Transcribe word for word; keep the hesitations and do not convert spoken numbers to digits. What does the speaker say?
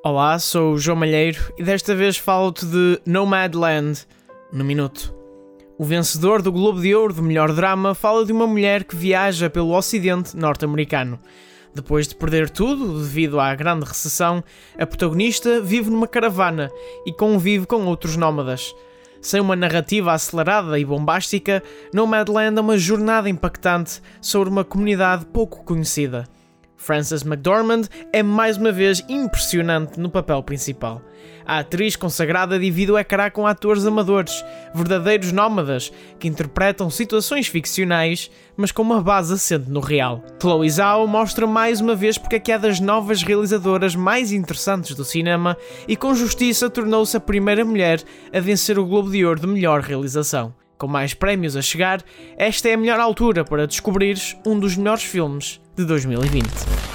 Olá, sou o João Malheiro e desta vez falo-te de Nomadland, no minuto. O vencedor do Globo de Ouro do melhor drama fala de uma mulher que viaja pelo ocidente norte-americano. Depois de perder tudo devido à grande recessão, a protagonista vive numa caravana e convive com outros nómadas. Sem uma narrativa acelerada e bombástica, Nomadland é uma jornada impactante sobre uma comunidade pouco conhecida. Frances McDormand é mais uma vez impressionante no papel principal. A atriz consagrada divide o ecrã com atores amadores, verdadeiros nómadas, que interpretam situações ficcionais, mas com uma base assente no real. Chloe Zhao mostra mais uma vez porque é que é das novas realizadoras mais interessantes do cinema e com justiça tornou-se a primeira mulher a vencer o Globo de Ouro de melhor realização. Com mais prémios a chegar, esta é a melhor altura para descobrires um dos melhores filmes de dois mil e vinte.